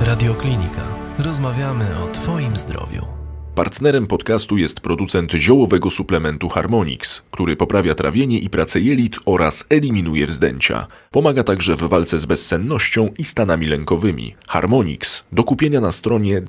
Radioklinika. Rozmawiamy o Twoim zdrowiu. Partnerem podcastu jest producent ziołowego suplementu Harmonix, który poprawia trawienie i pracę jelit oraz eliminuje wzdęcia. Pomaga także w walce z bezsennością i stanami lękowymi. Harmonix do kupienia na stronie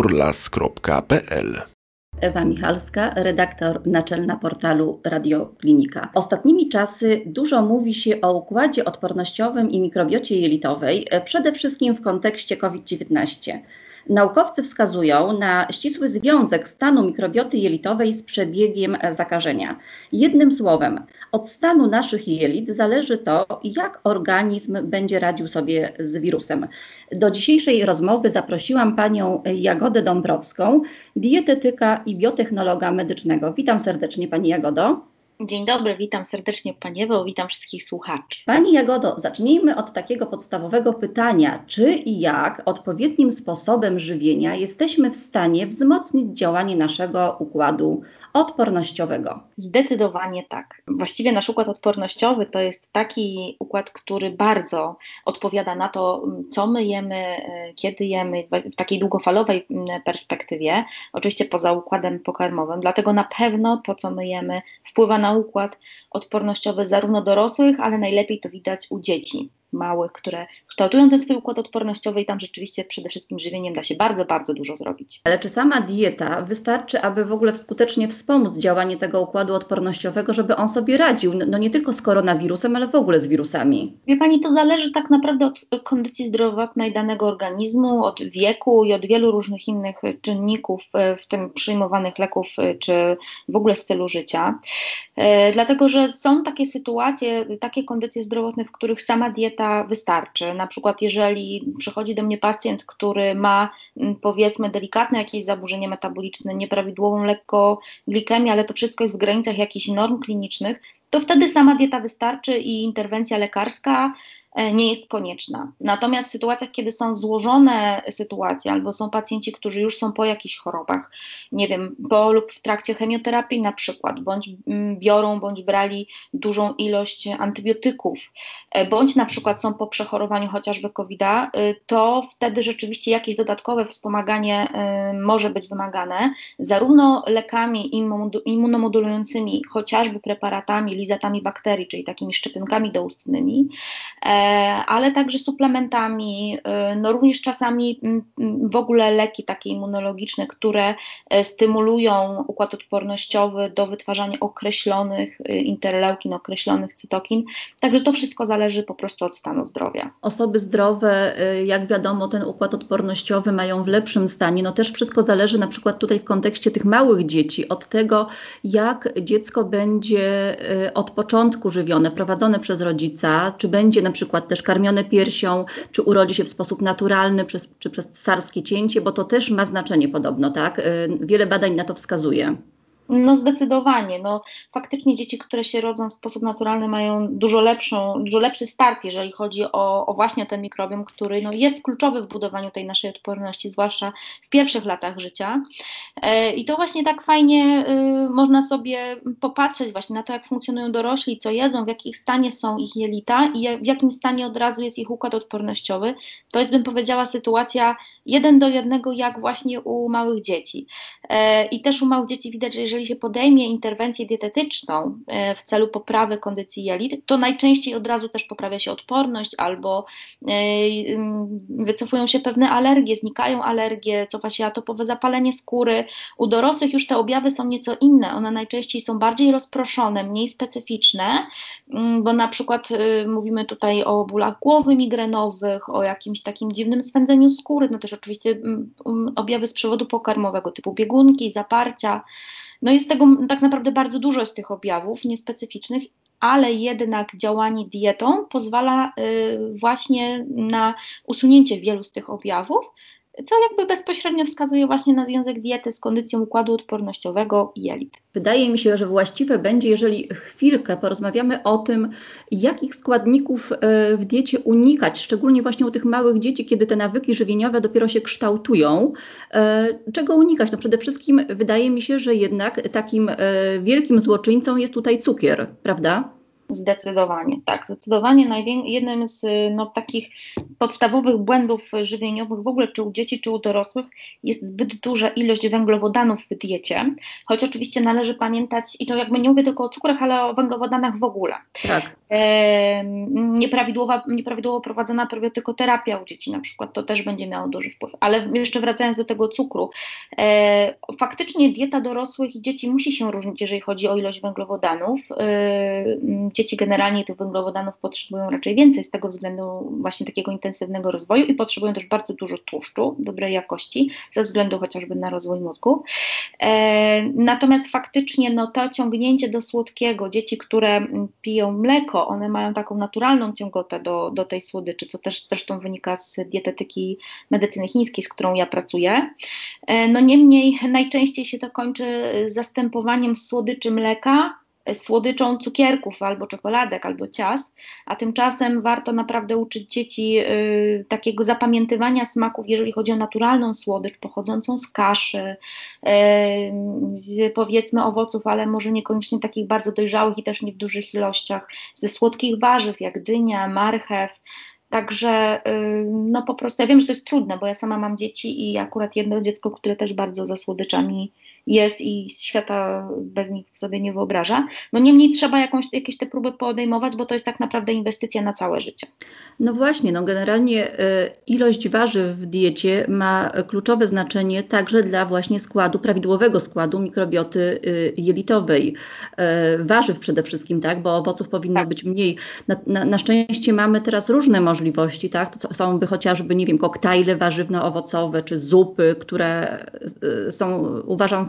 drlas.pl. Ewa Michalska, redaktor naczelna portalu Radioklinika. Ostatnimi czasy dużo mówi się o układzie odpornościowym i mikrobiocie jelitowej, przede wszystkim w kontekście COVID-19. Naukowcy wskazują na ścisły związek stanu mikrobioty jelitowej z przebiegiem zakażenia. Jednym słowem, od stanu naszych jelit zależy to, jak organizm będzie radził sobie z wirusem. Do dzisiejszej rozmowy zaprosiłam panią Jagodę Dąbrowską, dietetyka i biotechnologa medycznego. Witam serdecznie pani Jagodo. Dzień dobry, witam serdecznie Pani Ewo, witam wszystkich słuchaczy. Pani Jagodo, zacznijmy od takiego podstawowego pytania. Czy i jak odpowiednim sposobem żywienia jesteśmy w stanie wzmocnić działanie naszego układu odpornościowego? Zdecydowanie tak. Właściwie nasz układ odpornościowy to jest taki układ, który bardzo odpowiada na to, co my jemy, kiedy jemy, w takiej długofalowej perspektywie, oczywiście poza układem pokarmowym, dlatego na pewno to, co my jemy, wpływa na układ odpornościowy zarówno dorosłych, ale najlepiej to widać u dzieci małych, które kształtują ten swój układ odpornościowy i tam rzeczywiście przede wszystkim żywieniem da się bardzo, bardzo dużo zrobić. Ale czy sama dieta wystarczy, aby w ogóle skutecznie wspomóc działanie tego układu odpornościowego, żeby on sobie radził, no nie tylko z koronawirusem, ale w ogóle z wirusami? Wie Pani, to zależy tak naprawdę od kondycji zdrowotnej danego organizmu, od wieku i od wielu różnych innych czynników, w tym przyjmowanych leków, czy w ogóle stylu życia. Dlatego, że są takie sytuacje, takie kondycje zdrowotne, w których sama dieta wystarczy. Na przykład jeżeli przychodzi do mnie pacjent, który ma powiedzmy delikatne jakieś zaburzenie metaboliczne, nieprawidłową lekko glikemię, ale to wszystko jest w granicach jakichś norm klinicznych, to wtedy sama dieta wystarczy i interwencja lekarska nie jest konieczna. Natomiast w sytuacjach, kiedy są złożone sytuacje, albo są pacjenci, którzy już są po jakichś chorobach, nie wiem, po lub w trakcie chemioterapii na przykład, bądź biorą, bądź brali dużą ilość antybiotyków, bądź na przykład są po przechorowaniu chociażby COVID-a, to wtedy rzeczywiście jakieś dodatkowe wspomaganie może być wymagane, zarówno lekami immunomodulującymi, chociażby preparatami, lizatami bakterii, czyli takimi szczepionkami doustnymi, ale także suplementami, no również czasami w ogóle leki takie immunologiczne, które stymulują układ odpornościowy do wytwarzania określonych interleukin, określonych cytokin. Także to wszystko zależy po prostu od stanu zdrowia. Osoby zdrowe, jak wiadomo, ten układ odpornościowy mają w lepszym stanie. No też wszystko zależy na przykład tutaj w kontekście tych małych dzieci od tego, jak dziecko będzie od początku żywione, prowadzone przez rodzica, czy będzie na przykład też karmione piersią, czy urodzi się w sposób naturalny, czy przez cesarskie cięcie, bo to też ma znaczenie podobno, tak? Wiele badań na to wskazuje. No zdecydowanie. No, faktycznie dzieci, które się rodzą w sposób naturalny, mają dużo lepszy start, jeżeli chodzi o właśnie ten mikrobiom, który no, jest kluczowy w budowaniu tej naszej odporności, zwłaszcza w pierwszych latach życia. I to właśnie tak fajnie można sobie popatrzeć właśnie na to, jak funkcjonują dorośli, co jedzą, w jakim stanie są ich jelita i w jakim stanie od razu jest ich układ odpornościowy. To jest, bym powiedziała, sytuacja 1:1, jak właśnie u małych dzieci. I też u małych dzieci widać, że jeżeli się podejmie interwencję dietetyczną w celu poprawy kondycji jelit, to najczęściej od razu też poprawia się odporność albo wycofują się pewne alergie, znikają alergie, cofa się atopowe zapalenie skóry. U dorosłych już te objawy są nieco inne, one najczęściej są bardziej rozproszone, mniej specyficzne, bo na przykład mówimy tutaj o bólach głowy migrenowych, o jakimś takim dziwnym swędzeniu skóry, no też oczywiście objawy z przewodu pokarmowego typu biegunki, zaparcia. No jest tego tak naprawdę bardzo dużo z tych objawów niespecyficznych, ale jednak działanie dietą pozwala właśnie na usunięcie wielu z tych objawów, co jakby bezpośrednio wskazuje właśnie na związek diety z kondycją układu odpornościowego i jelit. Wydaje mi się, że właściwe będzie, jeżeli chwilkę porozmawiamy o tym, jakich składników w diecie unikać, szczególnie właśnie u tych małych dzieci, kiedy te nawyki żywieniowe dopiero się kształtują. Czego unikać? No przede wszystkim wydaje mi się, że jednak takim wielkim złoczyńcą jest tutaj cukier, prawda? Zdecydowanie, tak. Zdecydowanie jednym z takich podstawowych błędów żywieniowych w ogóle czy u dzieci, czy u dorosłych jest zbyt duża ilość węglowodanów w diecie, choć oczywiście należy pamiętać, i to jakby nie mówię tylko o cukrach, ale o węglowodanach w ogóle. Tak. Nieprawidłowo prowadzona probiotykoterapia u dzieci na przykład, to też będzie miało duży wpływ. Ale jeszcze wracając do tego cukru, faktycznie dieta dorosłych i dzieci musi się różnić, jeżeli chodzi o ilość węglowodanów. Dzieci generalnie tych węglowodanów potrzebują raczej więcej z tego względu właśnie takiego intensywnego rozwoju i potrzebują też bardzo dużo tłuszczu dobrej jakości, ze względu chociażby na rozwój mózgu. Natomiast faktycznie to ciągnięcie do słodkiego, dzieci, które piją mleko, one mają taką naturalną ciągotę do tej słodyczy, co też zresztą wynika z dietetyki medycyny chińskiej, z którą ja pracuję. Niemniej najczęściej się to kończy zastępowaniem słodyczy mleka słodyczą cukierków albo czekoladek, albo ciast, a tymczasem warto naprawdę uczyć dzieci takiego zapamiętywania smaków, jeżeli chodzi o naturalną słodycz pochodzącą z kaszy, z powiedzmy owoców, ale może niekoniecznie takich bardzo dojrzałych i też nie w dużych ilościach, ze słodkich warzyw jak dynia, marchew. Także po prostu ja wiem, że to jest trudne, bo ja sama mam dzieci i akurat jedno dziecko, które też bardzo za słodyczami jest i świata bez nich sobie nie wyobraża. Niemniej trzeba jakieś te próby podejmować, bo to jest tak naprawdę inwestycja na całe życie. No właśnie, generalnie ilość warzyw w diecie ma kluczowe znaczenie także dla właśnie prawidłowego składu mikrobioty jelitowej. Warzyw przede wszystkim, tak, bo owoców powinno być mniej. Na szczęście mamy teraz różne możliwości, tak, to są chociażby, nie wiem, koktajle warzywno-owocowe, czy zupy, które są, uważam,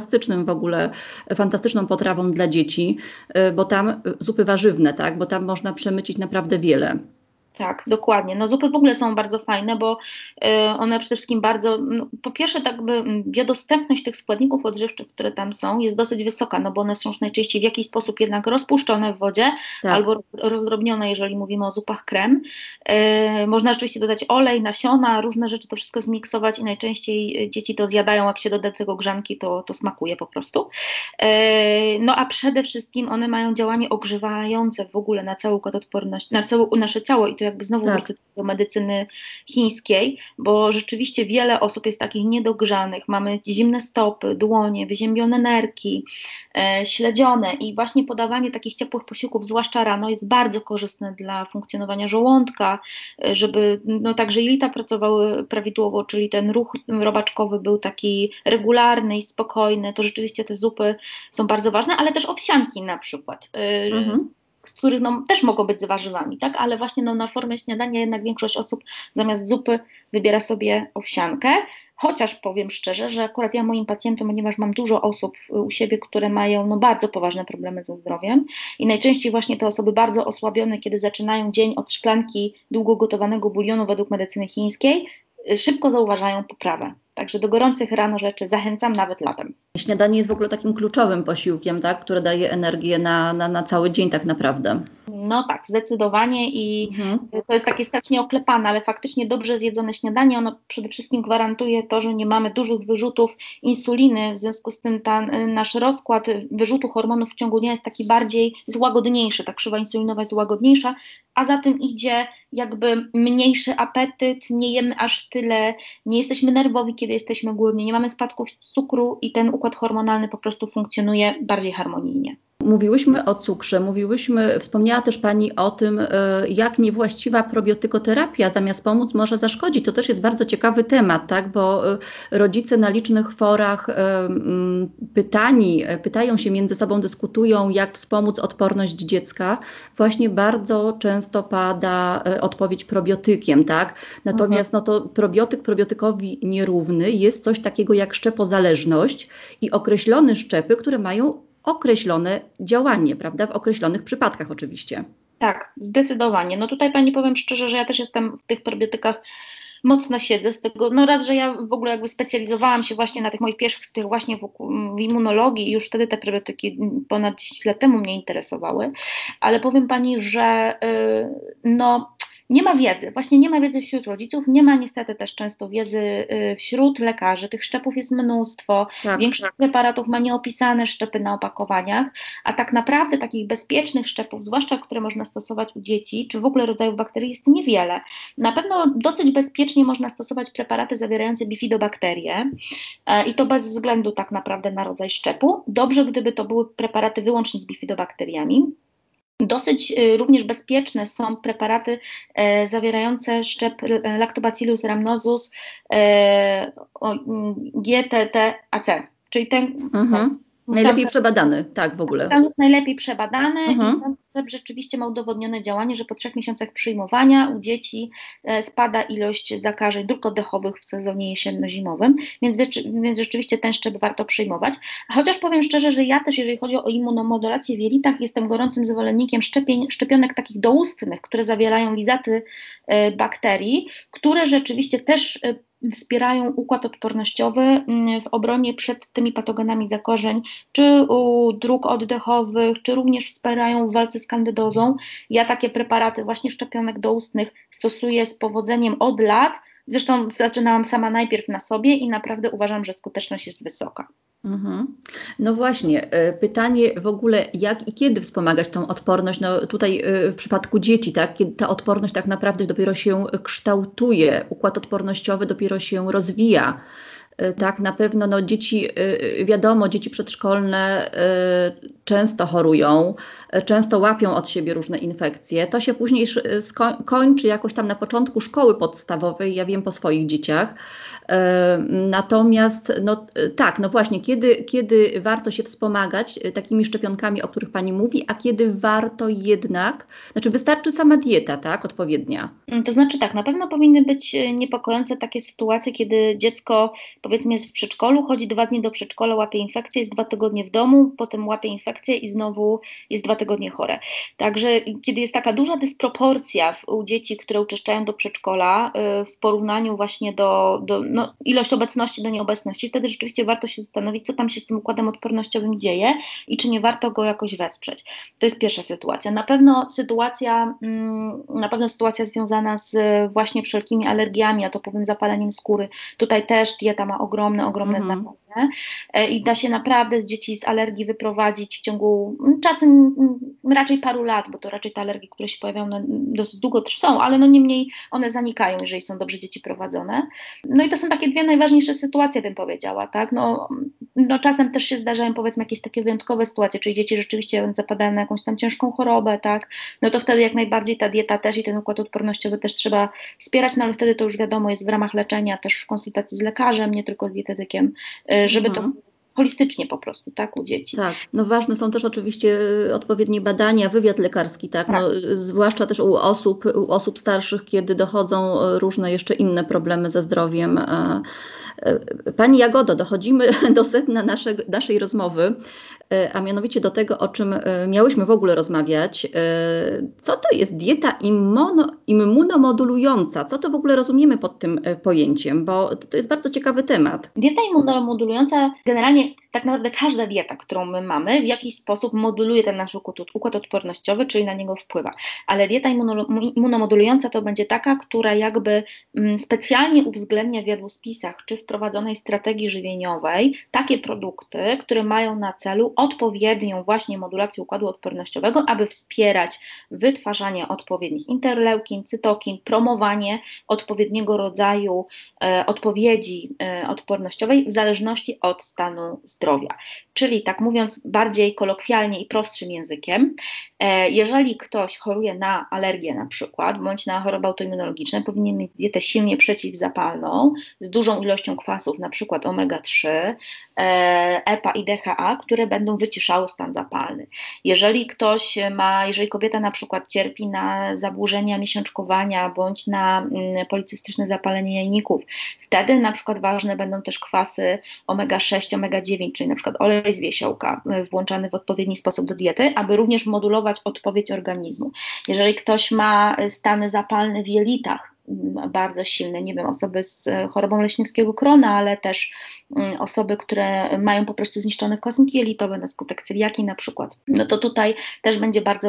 fantastyczną potrawą dla dzieci, bo tam zupy warzywne, tak, bo tam można przemycić naprawdę wiele. Tak, dokładnie. Zupy w ogóle są bardzo fajne, bo one przede wszystkim bardzo, po pierwsze biodostępność tych składników odżywczych, które tam są, jest dosyć wysoka, bo one są już najczęściej w jakiś sposób jednak rozpuszczone w wodzie, tak, albo rozdrobnione, jeżeli mówimy o zupach krem. Można rzeczywiście dodać olej, nasiona, różne rzeczy, to wszystko zmiksować i najczęściej dzieci to zjadają, jak się doda do tego grzanki, to smakuje po prostu. A przede wszystkim one mają działanie ogrzewające w ogóle na cały układ odporności, na całe nasze ciało i to jakby znowu wrócę do medycyny chińskiej, bo rzeczywiście wiele osób jest takich niedogrzanych, mamy zimne stopy, dłonie, wyziębione nerki, śledzione i właśnie podawanie takich ciepłych posiłków, zwłaszcza rano, jest bardzo korzystne dla funkcjonowania żołądka, żeby także jelita pracowały prawidłowo, czyli ten ruch robaczkowy był taki regularny i spokojny, to rzeczywiście te zupy są bardzo ważne, ale też owsianki na przykład. Których też mogą być z warzywami, tak? Ale właśnie na formę śniadania jednak większość osób zamiast zupy wybiera sobie owsiankę, chociaż powiem szczerze, że akurat ja moim pacjentom, ponieważ mam dużo osób u siebie, które mają bardzo poważne problemy ze zdrowiem i najczęściej właśnie te osoby bardzo osłabione, kiedy zaczynają dzień od szklanki długo gotowanego bulionu według medycyny chińskiej, szybko zauważają poprawę. Także do gorących rano rzeczy zachęcam nawet latem. Śniadanie jest w ogóle takim kluczowym posiłkiem, tak, które daje energię na cały dzień tak naprawdę. Tak, zdecydowanie i to jest takie strasznie oklepane, ale faktycznie dobrze zjedzone śniadanie, ono przede wszystkim gwarantuje to, że nie mamy dużych wyrzutów insuliny, w związku z tym nasz rozkład wyrzutu hormonów w ciągu dnia jest taki bardziej łagodniejszy, ta krzywa insulinowa jest łagodniejsza, a za tym idzie jakby mniejszy apetyt, nie jemy aż tyle, nie jesteśmy nerwowi, kiedy jesteśmy głodni, nie mamy spadków cukru i ten układ hormonalny po prostu funkcjonuje bardziej harmonijnie. Mówiłyśmy o cukrze, wspomniała też Pani o tym, jak niewłaściwa probiotykoterapia zamiast pomóc może zaszkodzić. To też jest bardzo ciekawy temat, tak? Bo rodzice na licznych forach pytają się między sobą, dyskutują, jak wspomóc odporność dziecka. Właśnie bardzo często pada odpowiedź probiotykiem, tak? Natomiast to probiotyk probiotykowi nierówny jest coś takiego jak szczepozależność i określone szczepy, które mają określone działanie, prawda? W określonych przypadkach oczywiście. Tak, zdecydowanie. Tutaj Pani powiem szczerze, że ja też jestem w tych probiotykach, mocno siedzę z tego, raz, że ja w ogóle jakby specjalizowałam się właśnie na tych moich pierwszych studiach właśnie w immunologii i już wtedy te probiotyki ponad 10 lat temu mnie interesowały, ale powiem Pani, że Nie ma wiedzy, właśnie nie ma wiedzy wśród rodziców, nie ma niestety też często wiedzy wśród lekarzy. Tych szczepów jest mnóstwo, Tak. większość preparatów ma nieopisane szczepy na opakowaniach, a tak naprawdę takich bezpiecznych szczepów, zwłaszcza które można stosować u dzieci, czy w ogóle rodzajów bakterii jest niewiele. Na pewno dosyć bezpiecznie można stosować preparaty zawierające bifidobakterie i to bez względu tak naprawdę na rodzaj szczepu. Dobrze, gdyby to były preparaty wyłącznie z bifidobakteriami. Dosyć również bezpieczne są preparaty zawierające szczep Lactobacillus rhamnosus GTTAC, czyli ten Najlepiej przebadany, tak w ogóle. Najlepiej przebadany i ten szczep rzeczywiście ma udowodnione działanie, że po 3 miesiącach przyjmowania u dzieci spada ilość zakażeń dróg oddechowych w sezonie jesienno-zimowym, więc rzeczywiście ten szczep warto przyjmować. A chociaż powiem szczerze, że ja też, jeżeli chodzi o immunomodulację w jelitach, jestem gorącym zwolennikiem szczepionek takich doustnych, które zawierają lizaty bakterii, które rzeczywiście też wspierają układ odpornościowy w obronie przed tymi patogenami zakażeń, czy u dróg oddechowych, czy również wspierają w walce z kandydozą. Ja takie preparaty właśnie szczepionek doustnych stosuję z powodzeniem od lat. Zresztą zaczynałam sama najpierw na sobie i naprawdę uważam, że skuteczność jest wysoka. No właśnie, pytanie w ogóle jak i kiedy wspomagać tą odporność, no tutaj w przypadku dzieci, tak, kiedy ta odporność tak naprawdę dopiero się kształtuje, układ odpornościowy dopiero się rozwija. Tak, na pewno no, dzieci, wiadomo, dzieci przedszkolne często chorują, często łapią od siebie różne infekcje. To się później kończy jakoś tam na początku szkoły podstawowej, ja wiem po swoich dzieciach. Natomiast no tak, no właśnie, kiedy warto się wspomagać takimi szczepionkami, o których Pani mówi, a kiedy warto jednak, znaczy wystarczy sama dieta, tak, odpowiednia? To znaczy tak, na pewno powinny być niepokojące takie sytuacje, kiedy dziecko powiedzmy jest w przedszkolu, chodzi 2 dni do przedszkola, łapie infekcję, jest 2 tygodnie w domu, potem łapie infekcję i znowu jest 2 tygodnie chore. Także kiedy jest taka duża dysproporcja u dzieci, które uczęszczają do przedszkola w porównaniu właśnie do ilość obecności do nieobecności, wtedy rzeczywiście warto się zastanowić, co tam się z tym układem odpornościowym dzieje i czy nie warto go jakoś wesprzeć. To jest pierwsza sytuacja. Na pewno sytuacja związana z właśnie wszelkimi alergiami, atopowym zapaleniem skóry. Tutaj też dieta ma ogromne znaczenie i da się naprawdę z dzieci z alergii wyprowadzić w ciągu czasem raczej paru lat, bo to raczej te alergie, które się pojawiają dosyć długo trwają, ale no niemniej one zanikają, jeżeli są dobrze dzieci prowadzone. No i to są takie 2 najważniejsze sytuacje, bym powiedziała, tak? No czasem też się zdarzają powiedzmy jakieś takie wyjątkowe sytuacje, czyli dzieci rzeczywiście zapadają na jakąś tam ciężką chorobę, tak? No to wtedy jak najbardziej ta dieta też i ten układ odpornościowy też trzeba wspierać, no ale wtedy to już wiadomo jest w ramach leczenia, też w konsultacji z lekarzem, nie tylko z dietetykiem, żeby to holistycznie po prostu, tak, u dzieci. Tak, no ważne są też oczywiście odpowiednie badania, wywiad lekarski, tak, no, zwłaszcza też u osób starszych, kiedy dochodzą różne jeszcze inne problemy ze zdrowiem. Pani Jagodo, dochodzimy do sedna naszej rozmowy, a mianowicie do tego, o czym miałyśmy w ogóle rozmawiać. Co to jest dieta immunomodulująca? Co to w ogóle rozumiemy pod tym pojęciem? Bo to jest bardzo ciekawy temat. Dieta immunomodulująca, generalnie tak naprawdę każda dieta, którą my mamy, w jakiś sposób moduluje ten nasz układ odpornościowy, czyli na niego wpływa. Ale dieta immunomodulująca to będzie taka, która jakby specjalnie uwzględnia w jadłospisach czy wprowadzonej strategii żywieniowej takie produkty, które mają na celu odpowiednią właśnie modulację układu odpornościowego, aby wspierać wytwarzanie odpowiednich interleukin, cytokin, promowanie odpowiedniego rodzaju odpowiedzi odpornościowej w zależności od stanu zdrowia. Czyli tak mówiąc bardziej kolokwialnie i prostszym językiem, jeżeli ktoś choruje na alergię na przykład, bądź na choroby autoimmunologiczne, powinien mieć dietę silnie przeciwzapalną, z dużą ilością kwasów, na przykład omega-3, EPA i DHA, które będą wyciszały stan zapalny. Jeżeli kobieta na przykład cierpi na zaburzenia miesiączkowania, bądź na policystyczne zapalenie jajników, wtedy na przykład ważne będą też kwasy omega-6, omega-9, czyli na przykład olej z wiesiołka włączany w odpowiedni sposób do diety, aby również modulować odpowiedź organizmu. Jeżeli ktoś ma stany zapalne w jelitach, bardzo silny, nie wiem, osoby z chorobą leśniowskiego krona, ale też osoby, które mają po prostu zniszczone kostki jelitowe na skutek celiaki na przykład, no to tutaj też będzie bardzo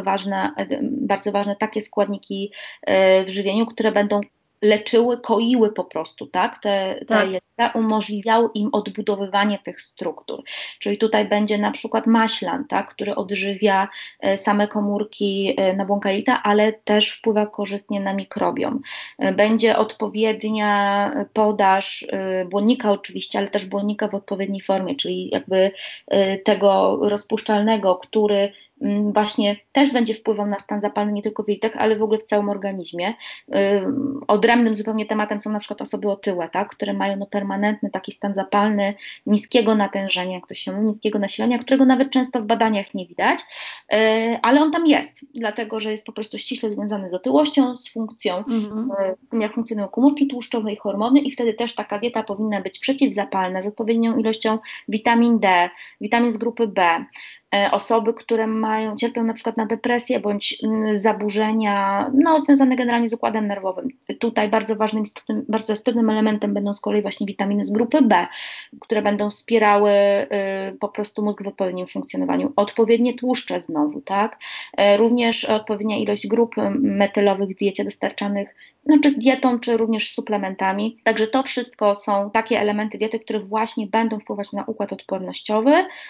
ważne takie składniki w żywieniu, które będą leczyły, koiły po prostu, tak? Te jelita, umożliwiały im odbudowywanie tych struktur. Czyli tutaj będzie na przykład maślan, tak? Który odżywia same komórki nabłonka jelita, ale też wpływa korzystnie na mikrobiom. Będzie odpowiednia podaż błonnika oczywiście, ale też błonnika w odpowiedniej formie, czyli jakby tego rozpuszczalnego, który właśnie też będzie wpływał na stan zapalny nie tylko w jelitach, ale w ogóle w całym organizmie. Odrębnym zupełnie tematem są na przykład osoby otyłe, tak, które mają permanentny taki stan zapalny, niskiego natężenia, jak to się mówi, niskiego nasilenia, którego nawet często w badaniach nie widać, ale on tam jest, dlatego że jest po prostu ściśle związany z otyłością, z funkcją, jak funkcjonują komórki tłuszczowe i hormony, i wtedy też taka dieta powinna być przeciwzapalna, z odpowiednią ilością witamin D, witamin z grupy B. Osoby, które cierpią na przykład na depresję bądź zaburzenia związane generalnie z układem nerwowym. Tutaj bardzo istotnym elementem będą z kolei właśnie witaminy z grupy B, które będą wspierały po prostu mózg w odpowiednim funkcjonowaniu. Odpowiednie tłuszcze znowu, tak? Również odpowiednia ilość grup metylowych w diecie dostarczanych czy z dietą, czy również z suplementami. Także to wszystko są takie elementy diety, które właśnie będą wpływać na układ odpornościowy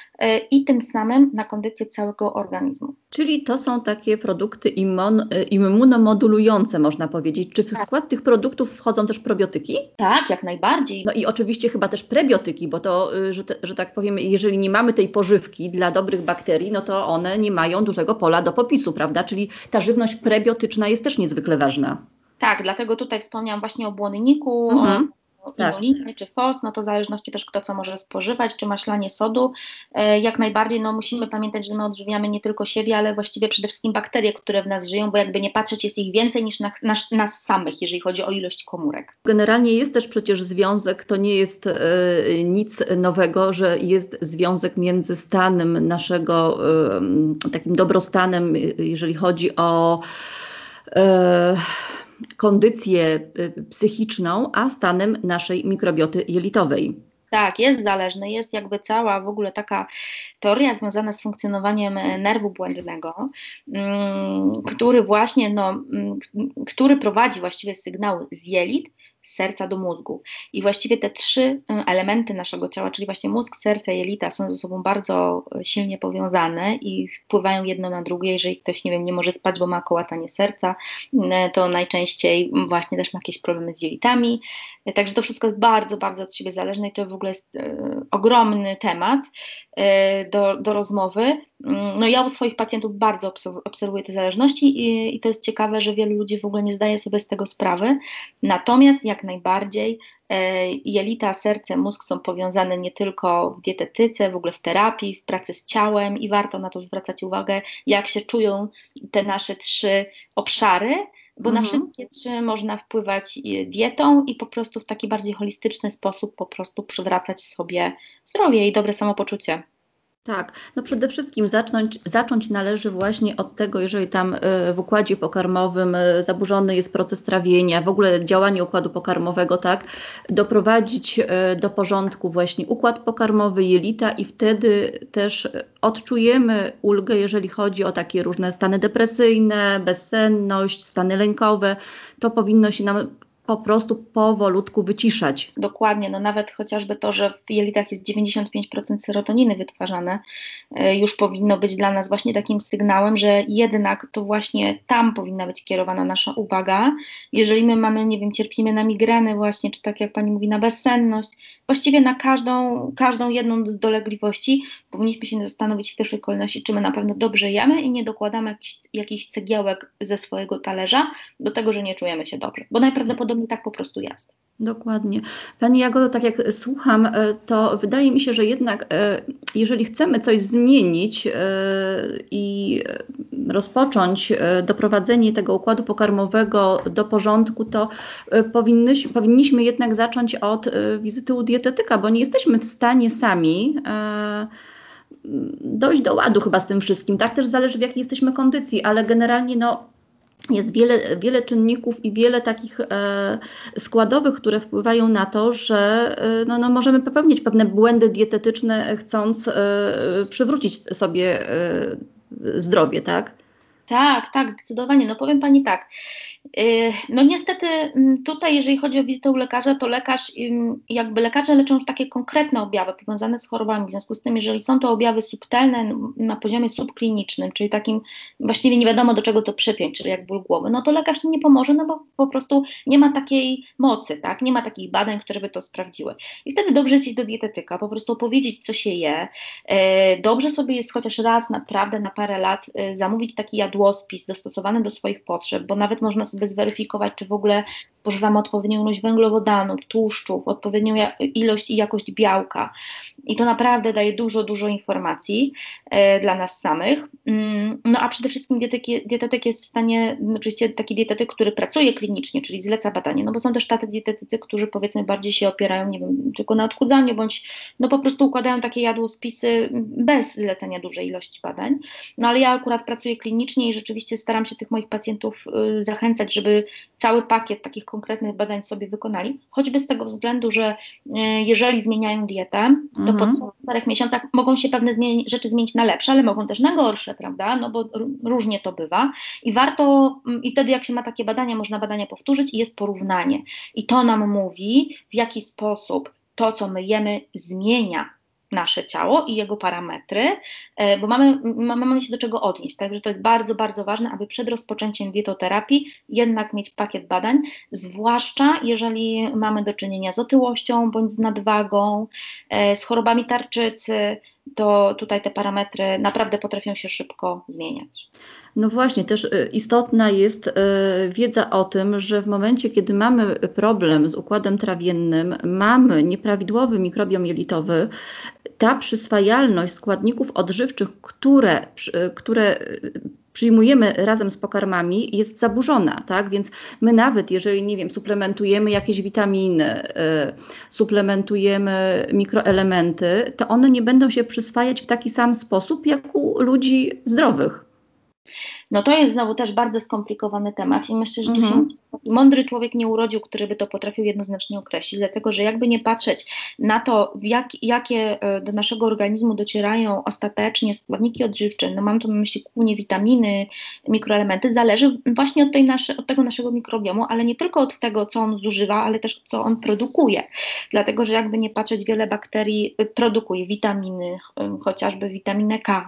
i tym samym na kondycję całego organizmu. Czyli to są takie produkty immunomodulujące, można powiedzieć. Czy w skład tych produktów wchodzą też probiotyki? Tak, jak najbardziej. No i oczywiście chyba też prebiotyki, bo to, że tak powiem, jeżeli nie mamy tej pożywki dla dobrych bakterii, no to one nie mają dużego pola do popisu, prawda? Czyli ta żywność prebiotyczna jest też niezwykle ważna. Tak, dlatego tutaj wspomniałam właśnie o błonniku, o inulinie czy FOS, no to w zależności też kto co może spożywać, czy maślanie sodu. Jak najbardziej musimy pamiętać, że my odżywiamy nie tylko siebie, ale właściwie przede wszystkim bakterie, które w nas żyją, bo jakby nie patrzeć, jest ich więcej niż nas samych, jeżeli chodzi o ilość komórek. Generalnie jest też przecież związek, to nie jest nic nowego, że jest związek między stanem naszego, takim dobrostanem, jeżeli chodzi o kondycję psychiczną, a stanem naszej mikrobioty jelitowej. Tak, jest zależny, jest jakby cała w ogóle taka teoria związana z funkcjonowaniem nerwu błędnego, który prowadzi właściwie sygnały z jelit, z serca do mózgu. I właściwie te trzy elementy naszego ciała, czyli właśnie mózg, serce, jelita, są ze sobą bardzo silnie powiązane i wpływają jedno na drugie. Jeżeli ktoś, nie może spać, bo ma kołatanie serca, to najczęściej właśnie też ma jakieś problemy z jelitami. Także to wszystko jest bardzo, bardzo od siebie zależne i to w ogóle jest ogromny temat do rozmowy. No ja u swoich pacjentów bardzo obserwuję te zależności i to jest ciekawe, że wielu ludzi w ogóle nie zdaje sobie z tego sprawy. Natomiast jak najbardziej jelita, serce, mózg są powiązane nie tylko w dietetyce, w ogóle w terapii, w pracy z ciałem i warto na to zwracać uwagę, jak się czują te nasze trzy obszary, bo na wszystkie trzy można wpływać dietą i po prostu w taki bardziej holistyczny sposób po prostu przywracać sobie zdrowie i dobre samopoczucie. Tak, no przede wszystkim zacząć należy właśnie od tego, jeżeli tam w układzie pokarmowym zaburzony jest proces trawienia, w ogóle działanie układu pokarmowego, tak, doprowadzić do porządku właśnie układ pokarmowy, jelita i wtedy też odczujemy ulgę, jeżeli chodzi o takie różne stany depresyjne, bezsenność, stany lękowe. To powinno się nam po prostu powolutku wyciszać. Dokładnie, nawet chociażby to, że w jelitach jest 95% serotoniny wytwarzane, już powinno być dla nas właśnie takim sygnałem, że jednak to właśnie tam powinna być kierowana nasza uwaga. Jeżeli my mamy, cierpimy na migrenę właśnie, czy tak jak pani mówi, na bezsenność, właściwie na każdą jedną z dolegliwości powinniśmy się zastanowić w pierwszej kolejności, czy my na pewno dobrze jemy i nie dokładamy jakichś cegiełek ze swojego talerza do tego, że nie czujemy się dobrze, bo najprawdopodobniej tak po prostu jest. Dokładnie. Pani Jagodo, tak jak słucham, to wydaje mi się, że jednak jeżeli chcemy coś zmienić i rozpocząć doprowadzenie tego układu pokarmowego do porządku, to powinniśmy jednak zacząć od wizyty u dietetyka, bo nie jesteśmy w stanie sami dojść do ładu chyba z tym wszystkim. Tak też zależy, w jakiej jesteśmy kondycji, ale generalnie jest wiele czynników i wiele takich składowych, które wpływają na to, że możemy popełnić pewne błędy dietetyczne, chcąc przywrócić sobie zdrowie, tak? Tak, zdecydowanie. No powiem Pani tak, no niestety tutaj, jeżeli chodzi o wizytę u lekarza, to lekarze leczą już takie konkretne objawy powiązane z chorobami. W związku z tym, jeżeli są to objawy subtelne na poziomie subklinicznym, czyli takim właściwie nie wiadomo do czego to przypiąć, czyli jak ból głowy, no to lekarz nie pomoże, no bo po prostu nie ma takiej mocy, tak? Nie ma takich badań, które by to sprawdziły. I wtedy dobrze jest iść do dietetyka, po prostu opowiedzieć, co się je. Dobrze sobie jest chociaż raz naprawdę na parę lat zamówić taki jadłospis dostosowany do swoich potrzeb, bo nawet można sobie zweryfikować, czy w ogóle spożywamy odpowiednią ilość węglowodanów, tłuszczów, odpowiednią ilość i jakość białka. I to naprawdę daje dużo informacji dla nas samych. No a przede wszystkim dietetyk jest w stanie, oczywiście taki dietetyk, który pracuje klinicznie, czyli zleca badanie, no bo są też tacy dietetycy, którzy powiedzmy bardziej się opierają, nie wiem, tylko na odchudzaniu, bądź no po prostu układają takie jadłospisy bez zlecenia dużej ilości badań. No ale ja akurat pracuję klinicznie i rzeczywiście staram się tych moich pacjentów zachęcać, żeby cały pakiet takich konkretnych badań sobie wykonali, choćby z tego względu, że jeżeli zmieniają dietę, to po 4 miesiącach mogą się pewne rzeczy zmienić na lepsze, ale mogą też na gorsze, prawda, no bo różnie to bywa i warto, i wtedy jak się ma takie badania, można badania powtórzyć i jest porównanie i to nam mówi, w jaki sposób to, co my jemy, zmienia nasze ciało i jego parametry, bo mamy się do czego odnieść. Także to jest bardzo ważne, aby przed rozpoczęciem dietoterapii jednak mieć pakiet badań, zwłaszcza jeżeli mamy do czynienia z otyłością bądź z nadwagą, z chorobami tarczycy, to tutaj te parametry naprawdę potrafią się szybko zmieniać. No właśnie, też istotna jest wiedza o tym, że w momencie, kiedy mamy problem z układem trawiennym, mamy nieprawidłowy mikrobiom jelitowy, ta przyswajalność składników odżywczych, które przyjmujemy razem z pokarmami, jest zaburzona, tak? Więc my nawet, jeżeli, nie wiem, suplementujemy jakieś witaminy, suplementujemy mikroelementy, to one nie będą się przyswajać w taki sam sposób, jak u ludzi zdrowych. No to jest znowu też bardzo skomplikowany temat i myślę, że tu się taki mądry człowiek nie urodził, który by to potrafił jednoznacznie określić, dlatego że jakby nie patrzeć na to, jakie do naszego organizmu docierają ostatecznie składniki odżywcze, no mam tu na myśli głównie witaminy, mikroelementy, zależy właśnie od tego naszego mikrobiomu, ale nie tylko od tego, co on zużywa, ale też co on produkuje, dlatego że jakby nie patrzeć, wiele bakterii produkuje witaminy, chociażby witaminę K,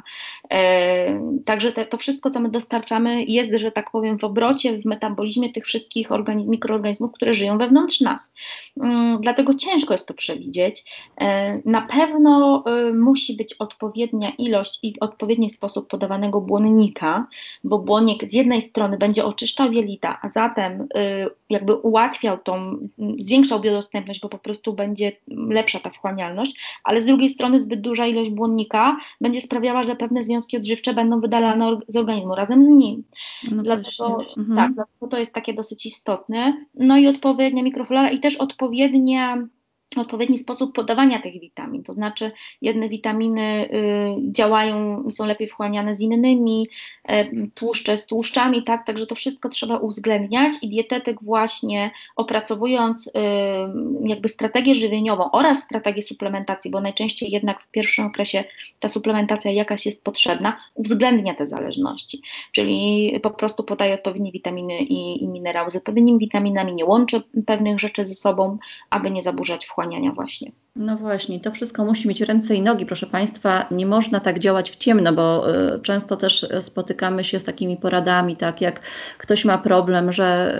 także to wszystko, co my dostarczamy, jest, że tak powiem, w obrocie, w metabolizmie tych wszystkich mikroorganizmów, które żyją wewnątrz nas. Dlatego ciężko jest to przewidzieć. Na pewno musi być odpowiednia ilość i odpowiedni sposób podawanego błonnika, bo błonnik z jednej strony będzie oczyszczał jelita, a zatem jakby ułatwiał zwiększał biodostępność, bo po prostu będzie lepsza ta wchłanialność, ale z drugiej strony zbyt duża ilość błonnika będzie sprawiała, że pewne związki odżywcze będą wydalane z organizmu razem z nim. No dlatego to jest takie dosyć istotne. No i odpowiednia mikroflora i też odpowiedni sposób podawania tych witamin, to znaczy jedne witaminy działają i są lepiej wchłaniane z innymi, tłuszcze z tłuszczami, tak, także to wszystko trzeba uwzględniać i dietetyk właśnie opracowując jakby strategię żywieniową oraz strategię suplementacji, bo najczęściej jednak w pierwszym okresie ta suplementacja jakaś jest potrzebna, uwzględnia te zależności, czyli po prostu podaje odpowiednie witaminy i minerały z odpowiednimi witaminami, nie łączy pewnych rzeczy ze sobą, aby nie zaburzać wchłaniania właśnie. No właśnie, to wszystko musi mieć ręce i nogi, proszę Państwa, nie można tak działać w ciemno, bo często też spotykamy się z takimi poradami, tak jak ktoś ma problem, że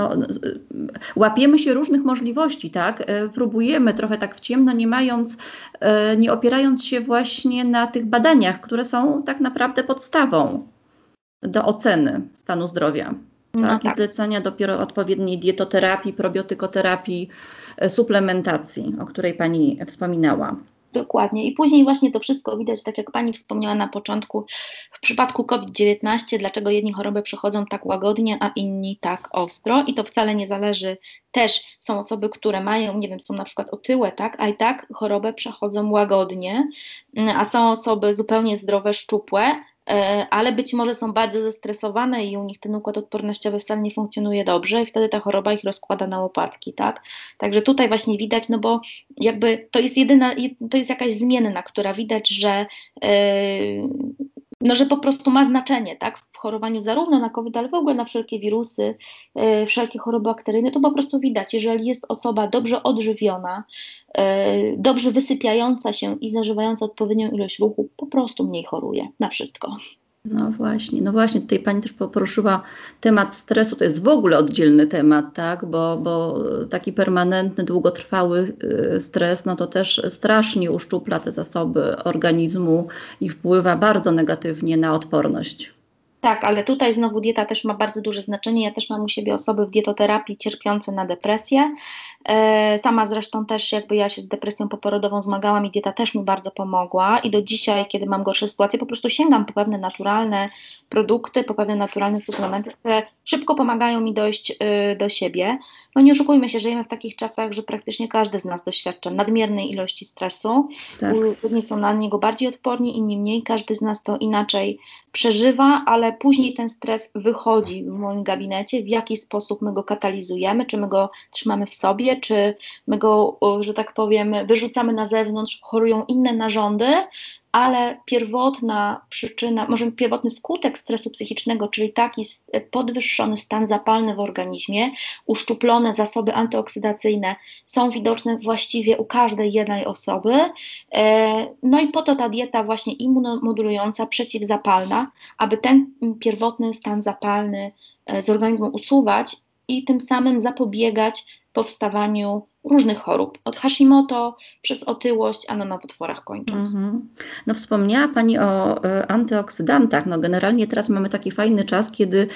łapiemy się różnych możliwości, tak, próbujemy trochę tak w ciemno, nie opierając się właśnie na tych badaniach, które są tak naprawdę podstawą do oceny stanu zdrowia. Tak, i zlecania dopiero odpowiedniej dietoterapii, probiotykoterapii, suplementacji, o której Pani wspominała. Dokładnie. I później właśnie to wszystko widać, tak jak Pani wspomniała na początku, w przypadku COVID-19, dlaczego jedni choroby przechodzą tak łagodnie, a inni tak ostro i to wcale nie zależy, też są osoby, które mają, nie wiem, są na przykład otyłe, tak, a i tak chorobę przechodzą łagodnie, a są osoby zupełnie zdrowe, szczupłe, ale być może są bardzo zestresowane i u nich ten układ odpornościowy wcale nie funkcjonuje dobrze i wtedy ta choroba ich rozkłada na łopatki, tak? Także tutaj właśnie widać, no bo jakby to jest jakaś zmienna, która widać, że no, że po prostu ma znaczenie, tak, w chorowaniu zarówno na COVID, ale w ogóle na wszelkie wirusy, wszelkie choroby bakteryjne, to po prostu widać, jeżeli jest osoba dobrze odżywiona, dobrze wysypiająca się i zażywająca odpowiednią ilość ruchu, po prostu mniej choruje na wszystko. No właśnie, tutaj Pani też poruszyła temat stresu, to jest w ogóle oddzielny temat, tak, bo taki permanentny, długotrwały stres, no to też strasznie uszczupla te zasoby organizmu i wpływa bardzo negatywnie na odporność. Tak, ale tutaj znowu dieta też ma bardzo duże znaczenie. Ja też mam u siebie osoby w dietoterapii cierpiące na depresję. Sama zresztą też jakby ja się z depresją poporodową zmagałam i dieta też mi bardzo pomogła i do dzisiaj, kiedy mam gorsze sytuacje, po prostu sięgam po pewne naturalne produkty, po pewne naturalne suplementy, które szybko pomagają mi dojść do siebie. No nie oszukujmy się, żyjemy w takich czasach, że praktycznie każdy z nas doświadcza nadmiernej ilości stresu. Tak. Jedni są na niego bardziej odporni, inni mniej. Każdy z nas to inaczej przeżywa, ale później ten stres wychodzi w moim gabinecie, w jaki sposób my go katalizujemy, czy my go trzymamy w sobie, czy my go, że tak powiem, wyrzucamy na zewnątrz, chorują inne narządy, ale pierwotna przyczyna, może pierwotny skutek stresu psychicznego, czyli taki podwyższony stan zapalny w organizmie, uszczuplone zasoby antyoksydacyjne są widoczne właściwie u każdej jednej osoby. No i po to ta dieta właśnie immunomodulująca, przeciwzapalna, aby ten pierwotny stan zapalny z organizmu usuwać i tym samym zapobiegać powstawaniu różnych chorób, od Hashimoto przez otyłość, a na nowotworach kończąc. No wspomniała Pani o antyoksydantach. No generalnie teraz mamy taki fajny czas, kiedy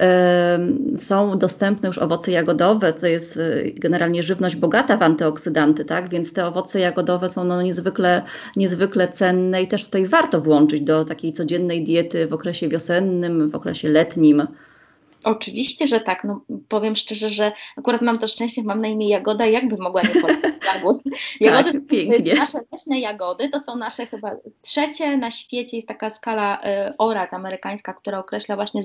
są dostępne już owoce jagodowe, to jest generalnie żywność bogata w antyoksydanty, tak? Więc te owoce jagodowe są no niezwykle cenne i też tutaj warto włączyć do takiej codziennej diety w okresie wiosennym, w okresie letnim. Oczywiście, że tak. No, powiem szczerze, że akurat mam to szczęście, mam na imię Jagoda, jakby mogła nie polecić jagód. Jagody, tak, pięknie. Nasze leśne jagody to są nasze chyba trzecie na świecie, jest taka skala ORAC amerykańska, która określa właśnie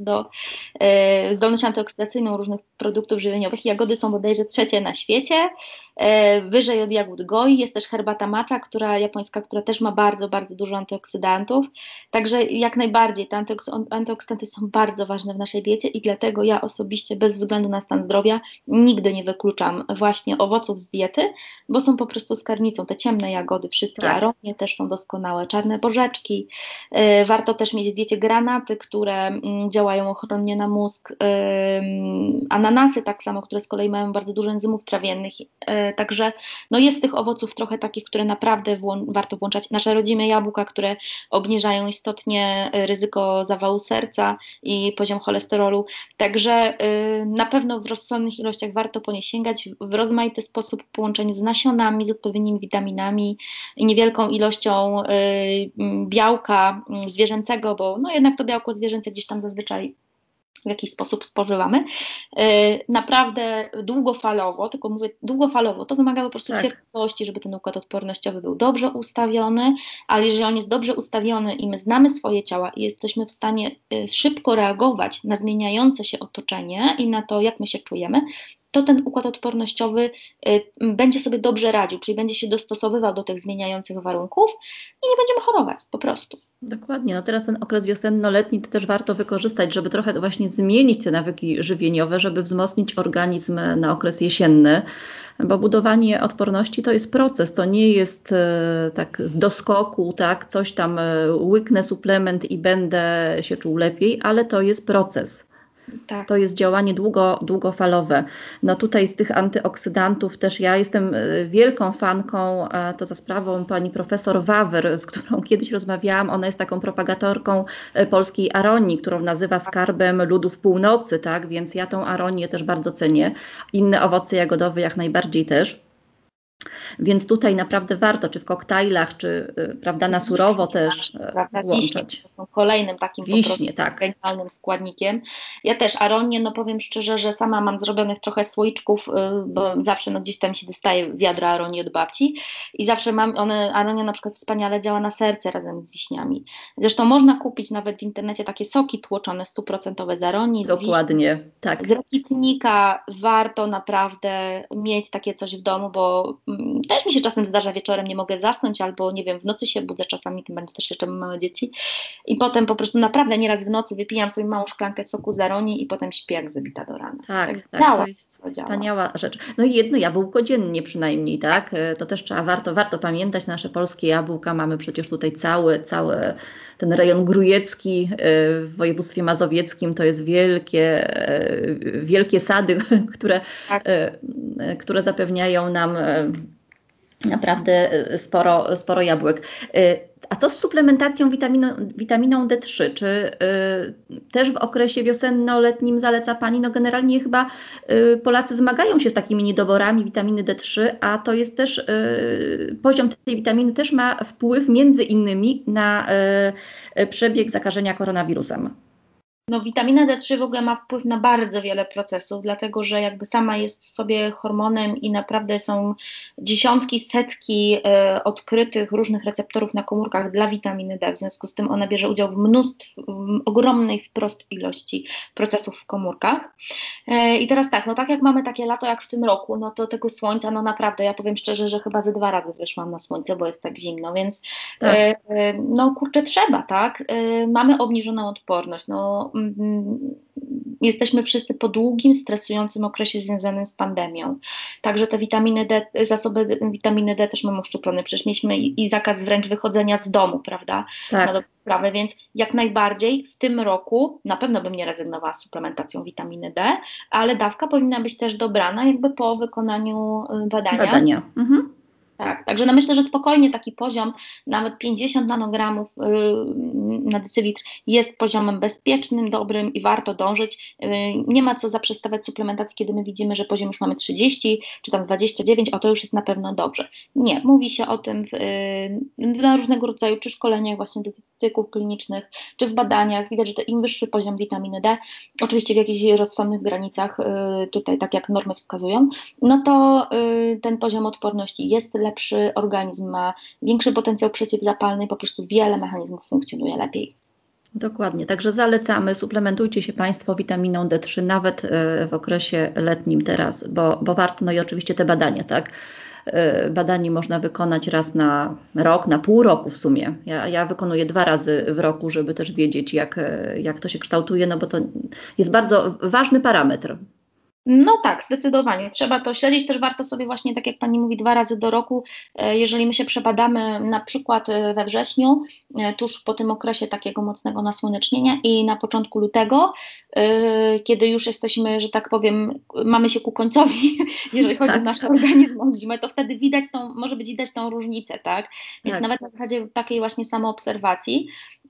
zdolność antyoksydacyjną różnych produktów żywieniowych. Jagody są bodajże trzecie na świecie, wyżej od jagód goi. Jest też herbata matcha, japońska, która też ma bardzo, bardzo dużo antyoksydantów. Także jak najbardziej te antyoksydanty są bardzo ważne w naszej diecie i dlatego ja osobiście bez względu na stan zdrowia nigdy nie wykluczam właśnie owoców z diety, bo są po prostu skarbnicą. Te ciemne jagody, wszystkie tak. aronie też są doskonałe, czarne bożeczki. Warto też mieć w diecie granaty, które działają ochronnie na mózg, ananasy tak samo, które z kolei mają bardzo dużo enzymów trawiennych. Także no jest tych owoców trochę takich, które naprawdę warto włączać. Nasze rodzime jabłka, które obniżają istotnie ryzyko zawału serca i poziom cholesterolu. Także na pewno w rozsądnych ilościach warto po nie sięgać w rozmaity sposób w połączeniu z nasionami, z odpowiednimi witaminami i niewielką ilością białka zwierzęcego, bo no jednak to białko zwierzęce gdzieś tam zazwyczaj w jakiś sposób spożywamy. Naprawdę długofalowo, tylko mówię długofalowo, to wymaga po prostu cierpliwości, żeby ten układ odpornościowy był dobrze ustawiony, ale jeżeli on jest dobrze ustawiony i my znamy swoje ciała i jesteśmy w stanie szybko reagować na zmieniające się otoczenie i na to, jak my się czujemy, to ten układ odpornościowy będzie sobie dobrze radził, czyli będzie się dostosowywał do tych zmieniających warunków i nie będziemy chorować po prostu. Dokładnie, no teraz ten okres wiosenno-letni to też warto wykorzystać, żeby trochę właśnie zmienić te nawyki żywieniowe, żeby wzmocnić organizm na okres jesienny, bo budowanie odporności to jest proces, to nie jest tak z doskoku, tak, coś tam łyknę suplement i będę się czuł lepiej, ale to jest proces. Tak. To jest działanie długofalowe. No tutaj z tych antyoksydantów też ja jestem wielką fanką, to za sprawą pani profesor Wawer, z którą kiedyś rozmawiałam. Ona jest taką propagatorką polskiej aronii, którą nazywa skarbem ludów północy, tak? Więc ja tą aronię też bardzo cenię. Inne owoce jagodowe jak najbardziej też. Więc tutaj naprawdę warto, czy w koktajlach, czy prawda, na surowo też włączać. To są kolejnym takim Wiśnie, tak. genialnym składnikiem. Ja też aronię, no powiem szczerze, że sama mam zrobionych trochę słoiczków, bo zawsze gdzieś tam się dostaje wiadra aronii od babci i zawsze mam, aronia na przykład wspaniale działa na serce razem z wiśniami. Zresztą można kupić nawet w internecie takie soki tłoczone 100% z aronii, Dokładnie, tak. Z rokitnika. Warto naprawdę mieć takie coś w domu, bo też mi się czasem zdarza wieczorem, nie mogę zasnąć, albo nie wiem, w nocy się budzę czasami, tym bardziej też jeszcze mam małe dzieci i potem po prostu naprawdę nieraz w nocy wypijam sobie małą szklankę soku z aronii i potem śpię jak zabita do rana. Tak, to jest wspaniała rzecz. No i jedno jabłko dziennie przynajmniej, tak? To też warto pamiętać, nasze polskie jabłka, mamy przecież tutaj cały ten rejon grujecki w województwie mazowieckim, to jest wielkie sady, które zapewniają nam naprawdę sporo jabłek. A co z suplementacją witaminą D3? Czy też w okresie wiosenno-letnim zaleca Pani? No generalnie chyba Polacy zmagają się z takimi niedoborami witaminy D3, a to jest też, poziom tej witaminy też ma wpływ między innymi na przebieg zakażenia koronawirusem. No, witamina D3 w ogóle ma wpływ na bardzo wiele procesów, dlatego że jakby sama jest sobie hormonem i naprawdę są dziesiątki, setki odkrytych różnych receptorów na komórkach dla witaminy D. W związku z tym ona bierze udział w ogromnej wprost ilości procesów w komórkach. I teraz tak, no tak jak mamy takie lato jak w tym roku, no to tego słońca, no naprawdę, ja powiem szczerze, że chyba ze 2 razy wyszłam na słońce, bo jest tak zimno, więc tak. No kurczę, trzeba, tak? Mamy obniżoną odporność, no jesteśmy wszyscy po długim, stresującym okresie związanym z pandemią. Także te witaminy D, zasoby witaminy D też mamy uszczuplone. Przecież mieliśmy i zakaz wręcz wychodzenia z domu, prawda? Tak. Na dobrą sprawę, więc jak najbardziej w tym roku na pewno bym nie rezygnowała z suplementacją witaminy D, ale dawka powinna być też dobrana jakby po wykonaniu badania. Mhm. Tak, także no myślę, że spokojnie taki poziom, nawet 50 nanogramów na decylitr jest poziomem bezpiecznym, dobrym i warto dążyć. Nie ma co zaprzestawać suplementacji, kiedy my widzimy, że poziom już mamy 30 czy tam 29, a to już jest na pewno dobrze. Nie, mówi się o tym na różnego rodzaju czy szkoleniach właśnie dietetyków klinicznych, czy w badaniach. Widać, że im wyższy poziom witaminy D, oczywiście w jakichś rozsądnych granicach, tutaj tak jak normy wskazują, no to ten poziom odporności jest lepszy, organizm ma większy potencjał przeciwzapalny i po prostu wiele mechanizmów funkcjonuje lepiej. Dokładnie, także zalecamy, suplementujcie się Państwo witaminą D3 nawet w okresie letnim teraz, bo warto, no i oczywiście te badania, tak? Badanie można wykonać raz na rok, na pół roku w sumie. Ja wykonuję 2 razy w roku, żeby też wiedzieć, jak to się kształtuje, no bo to jest bardzo ważny parametr. No tak, zdecydowanie. Trzeba to śledzić. Też warto sobie właśnie, tak jak Pani mówi, 2 razy do roku, jeżeli my się przebadamy na przykład we wrześniu, tuż po tym okresie takiego mocnego nasłonecznienia i na początku lutego, kiedy już jesteśmy, że tak powiem, mamy się ku końcowi, jeżeli chodzi o nasz organizm, o zimę, to wtedy może być widać tą różnicę, tak? Więc nawet na zasadzie takiej właśnie samoobserwacji.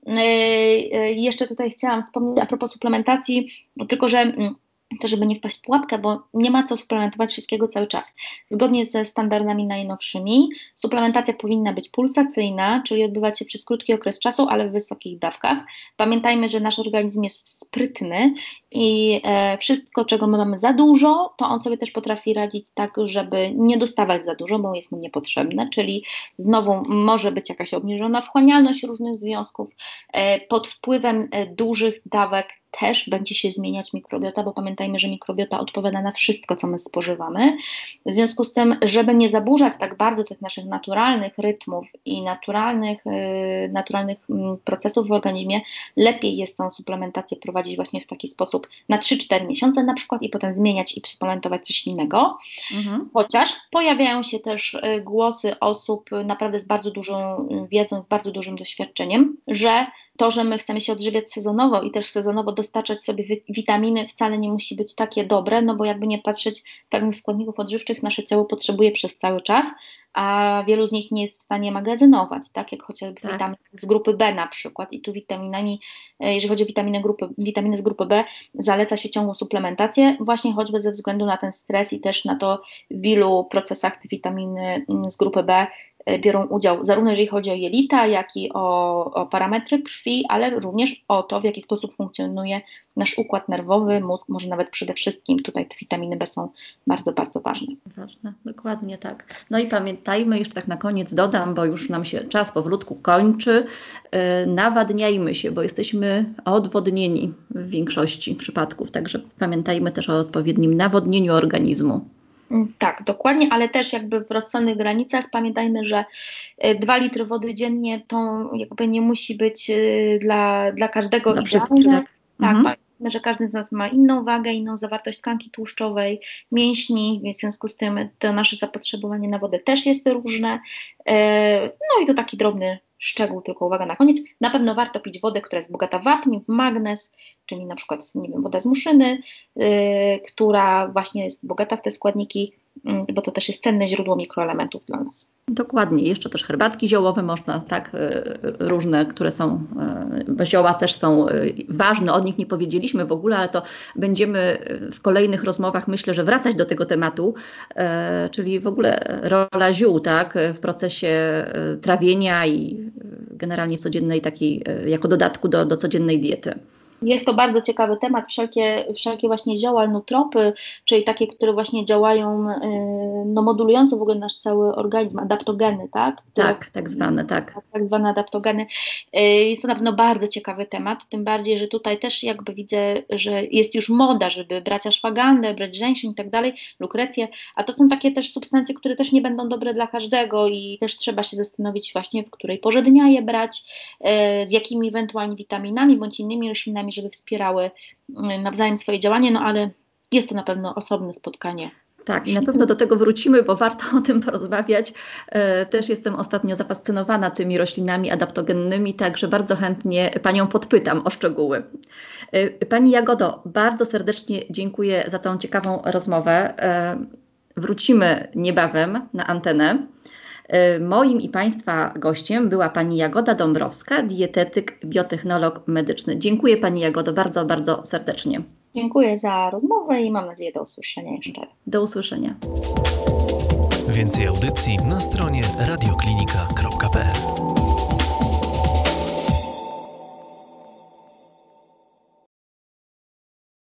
Jeszcze tutaj chciałam wspomnieć a propos suplementacji, tylko że to żeby nie wpaść w pułapkę, bo nie ma co suplementować wszystkiego cały czas. Zgodnie ze standardami najnowszymi, suplementacja powinna być pulsacyjna, czyli odbywać się przez krótki okres czasu, ale w wysokich dawkach. Pamiętajmy, że nasz organizm jest sprytny i wszystko, czego my mamy za dużo, to on sobie też potrafi radzić tak, żeby nie dostawać za dużo, bo jest mu niepotrzebne, czyli znowu może być jakaś obniżona wchłanialność różnych związków. Pod wpływem dużych dawek też będzie się zmieniać mikrobiota, bo pamiętajmy, że mikrobiota odpowiada na wszystko, co my spożywamy. W związku z tym, żeby nie zaburzać tak bardzo tych naszych naturalnych rytmów i naturalnych procesów w organizmie, lepiej jest tą suplementację prowadzić właśnie w taki sposób na 3-4 miesiące na przykład i potem zmieniać i suplementować coś innego. Chociaż pojawiają się też głosy osób naprawdę z bardzo dużą wiedzą, z bardzo dużym doświadczeniem, że To, że my chcemy się odżywiać sezonowo i też sezonowo dostarczać sobie witaminy, wcale nie musi być takie dobre, no bo jakby nie patrzeć, pewnych składników odżywczych nasze ciało potrzebuje przez cały czas, a wielu z nich nie jest w stanie magazynować, tak jak chociażby witaminy z grupy B na przykład. I tu witaminami, jeżeli chodzi o witaminy z grupy B, zaleca się ciągłą suplementację, właśnie choćby ze względu na ten stres i też na to, w ilu procesach te witaminy z grupy B biorą udział, zarówno jeżeli chodzi o jelita, jak i o parametry krwi, ale również o to, w jaki sposób funkcjonuje nasz układ nerwowy, mózg, może nawet przede wszystkim tutaj te witaminy B są bardzo, bardzo ważne. Ważne, dokładnie tak. No i pamiętajmy, jeszcze tak na koniec dodam, bo już nam się czas powolutku kończy, nawadniajmy się, bo jesteśmy odwodnieni w większości przypadków, także pamiętajmy też o odpowiednim nawodnieniu organizmu. Tak, dokładnie, ale też jakby w rozsądnych granicach pamiętajmy, że 2 litry wody dziennie to jakby nie musi być dla każdego idealne. Tak, pamiętajmy, że każdy z nas ma inną wagę, inną zawartość tkanki tłuszczowej, mięśni, więc w związku z tym to nasze zapotrzebowanie na wodę też jest różne. No i to taki drobny szczegół, tylko uwaga na koniec. Na pewno warto pić wodę, która jest bogata w wapń, w magnez, czyli na przykład, nie wiem, woda z muszyny, która właśnie jest bogata w te składniki, bo to też jest cenne źródło mikroelementów dla nas. Dokładnie. Jeszcze też herbatki ziołowe można, tak, różne, które są, zioła też są ważne, od nich nie powiedzieliśmy w ogóle, ale to będziemy w kolejnych rozmowach, myślę, że wracać do tego tematu, czyli w ogóle rola ziół, tak, w procesie trawienia i generalnie codziennej takiej, jako dodatku do codziennej diety. Jest to bardzo ciekawy temat, wszelkie właśnie zioła, nutropy, czyli takie, które właśnie działają modulująco w ogóle nasz cały organizm, adaptogeny, tak? Tak zwane, tak. Tak zwane adaptogeny. Jest to na pewno bardzo ciekawy temat, tym bardziej, że tutaj też jakby widzę, że jest już moda, żeby brać ashwagandę, brać żeńszeń i tak dalej, lukrecję, a to są takie też substancje, które też nie będą dobre dla każdego i też trzeba się zastanowić właśnie, w której porze dnia je brać, z jakimi ewentualnie witaminami bądź innymi roślinami, żeby wspierały nawzajem swoje działanie, no ale jest to na pewno osobne spotkanie. Tak, i na pewno do tego wrócimy, bo warto o tym porozmawiać. Też jestem ostatnio zafascynowana tymi roślinami adaptogennymi, także bardzo chętnie Panią podpytam o szczegóły. Pani Jagodo, bardzo serdecznie dziękuję za tą ciekawą rozmowę. Wrócimy niebawem na antenę. Moim i Państwa gościem była Pani Jagoda Dąbrowska, dietetyk, biotechnolog medyczny. Dziękuję Pani Jagodo bardzo, bardzo serdecznie. Dziękuję za rozmowę i mam nadzieję do usłyszenia jeszcze. Do usłyszenia. Więcej audycji na stronie radioklinika.pl